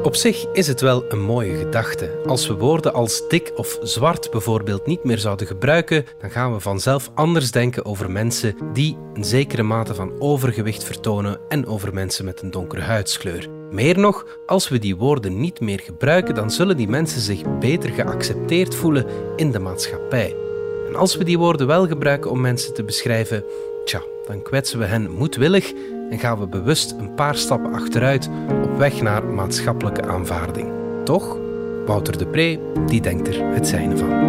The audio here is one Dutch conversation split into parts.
Op zich is het wel een mooie gedachte. Als we woorden als dik of zwart bijvoorbeeld niet meer zouden gebruiken, dan gaan we vanzelf anders denken over mensen die een zekere mate van overgewicht vertonen en over mensen met een donkere huidskleur. Meer nog, als we die woorden niet meer gebruiken, dan zullen die mensen zich beter geaccepteerd voelen in de maatschappij. En als we die woorden wel gebruiken om mensen te beschrijven, dan kwetsen we hen moedwillig en gaan we bewust een paar stappen achteruit op weg naar maatschappelijke aanvaarding. Toch? Wouter de Pre, die denkt er het zijne van.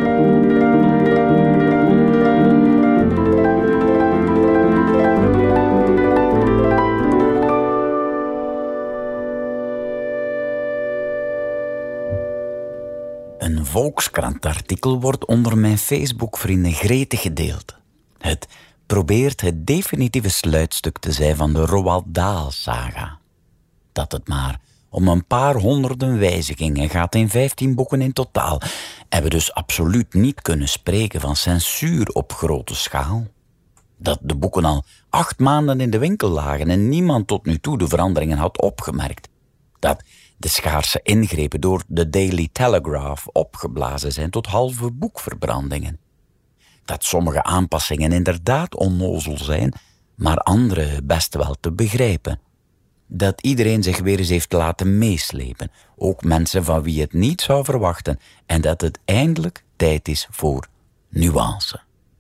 Een Volkskrant-artikel wordt onder mijn Facebook-vrienden gretig gedeeld. Het probeert het definitieve sluitstuk te zijn van de Roald Dahl-saga. Dat het maar om een paar honderden wijzigingen gaat in 15 boeken in totaal en we dus absoluut niet kunnen spreken van censuur op grote schaal. Dat de boeken al 8 maanden in de winkel lagen en niemand tot nu toe de veranderingen had opgemerkt. Dat de schaarse ingrepen door de Daily Telegraph opgeblazen zijn tot halve boekverbrandingen. Dat sommige aanpassingen inderdaad onnozel zijn, maar andere best wel te begrijpen. Dat iedereen zich weer eens heeft laten meeslepen, ook mensen van wie het niet zou verwachten, en dat het eindelijk tijd is voor nuance.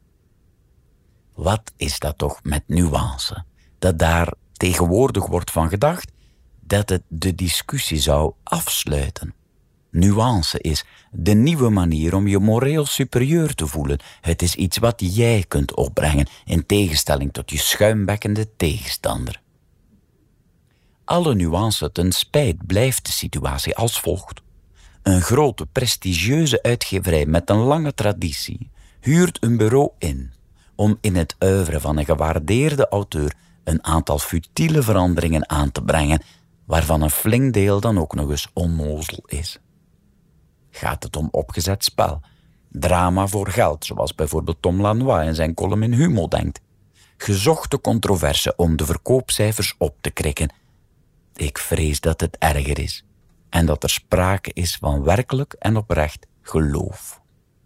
Wat is dat toch met nuance? Dat daar tegenwoordig wordt van gedacht dat het de discussie zou afsluiten. Nuance is de nieuwe manier om je moreel superieur te voelen. Het is iets wat jij kunt opbrengen, in tegenstelling tot je schuimbekkende tegenstander. Alle nuance ten spijt blijft de situatie als volgt. Een grote, prestigieuze uitgeverij met een lange traditie huurt een bureau in om in het oeuvre van een gewaardeerde auteur een aantal futiele veranderingen aan te brengen, waarvan een flink deel dan ook nog eens onnozel is. Gaat het om opgezet spel, drama voor geld, zoals bijvoorbeeld Tom Lanois in zijn column in Humo denkt, gezochte controverse om de verkoopcijfers op te krikken? Ik vrees dat het erger is en dat er sprake is van werkelijk en oprecht geloof.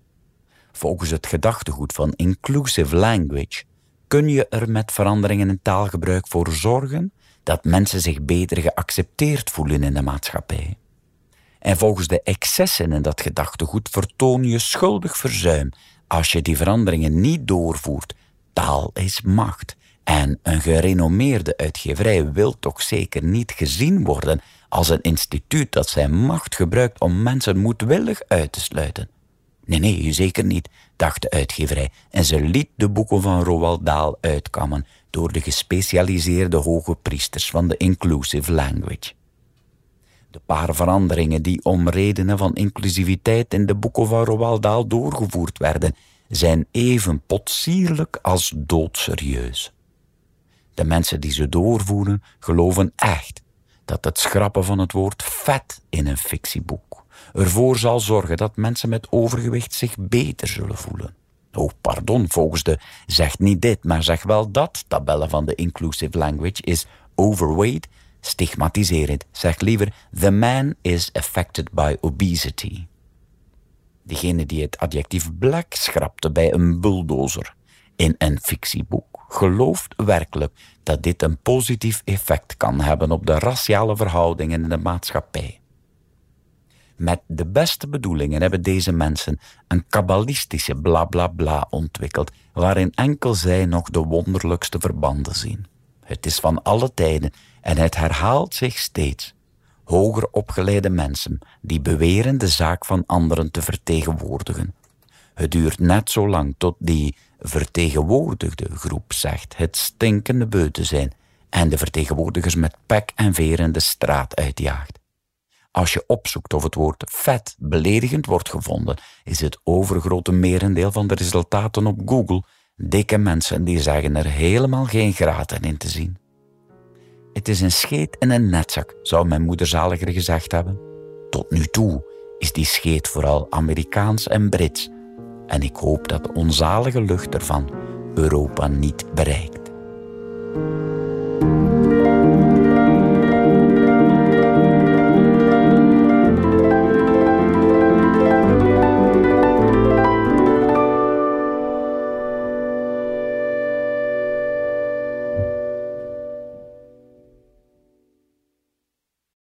Volgens het gedachtegoed van inclusive language kun je er met veranderingen in taalgebruik voor zorgen dat mensen zich beter geaccepteerd voelen in de maatschappij. En volgens de excessen in dat gedachtegoed vertoon je schuldig verzuim als je die veranderingen niet doorvoert. Taal is macht. En een gerenommeerde uitgeverij wil toch zeker niet gezien worden als een instituut dat zijn macht gebruikt om mensen moedwillig uit te sluiten. Nee, zeker niet, dacht de uitgeverij, en ze liet de boeken van Roald Dahl uitkammen door de gespecialiseerde hoge priesters van de inclusive language. De paar veranderingen die om redenen van inclusiviteit in de boeken van Roald Dahl doorgevoerd werden, zijn even potsierlijk als doodserieus. De mensen die ze doorvoeren geloven echt dat het schrappen van het woord vet in een fictieboek ervoor zal zorgen dat mensen met overgewicht zich beter zullen voelen. Oh, pardon, volgens de zeg niet dit, maar zeg wel dat tabellen van de inclusive language is overweight stigmatiserend. Zeg liever, the man is affected by obesity. Degene die het adjectief black schrapte bij een bulldozer in een fictieboek gelooft werkelijk dat dit een positief effect kan hebben op de raciale verhoudingen in de maatschappij. Met de beste bedoelingen hebben deze mensen een kabbalistische bla ontwikkeld, waarin enkel zij nog de wonderlijkste verbanden zien. Het is van alle tijden en het herhaalt zich steeds. Hoger opgeleide mensen die beweren de zaak van anderen te vertegenwoordigen. Het duurt net zo lang tot die vertegenwoordigde groep zegt het stinkende beu te zijn en de vertegenwoordigers met pek en veren de straat uitjaagt. Als je opzoekt of het woord vet beledigend wordt gevonden, is het overgrote merendeel van de resultaten op Google dikke mensen die zeggen er helemaal geen graten in te zien. Het is een scheet in een netzak, zou mijn moeder zaliger gezegd hebben. Tot nu toe is die scheet vooral Amerikaans en Brits. En ik hoop dat de onzalige lucht ervan Europa niet bereikt.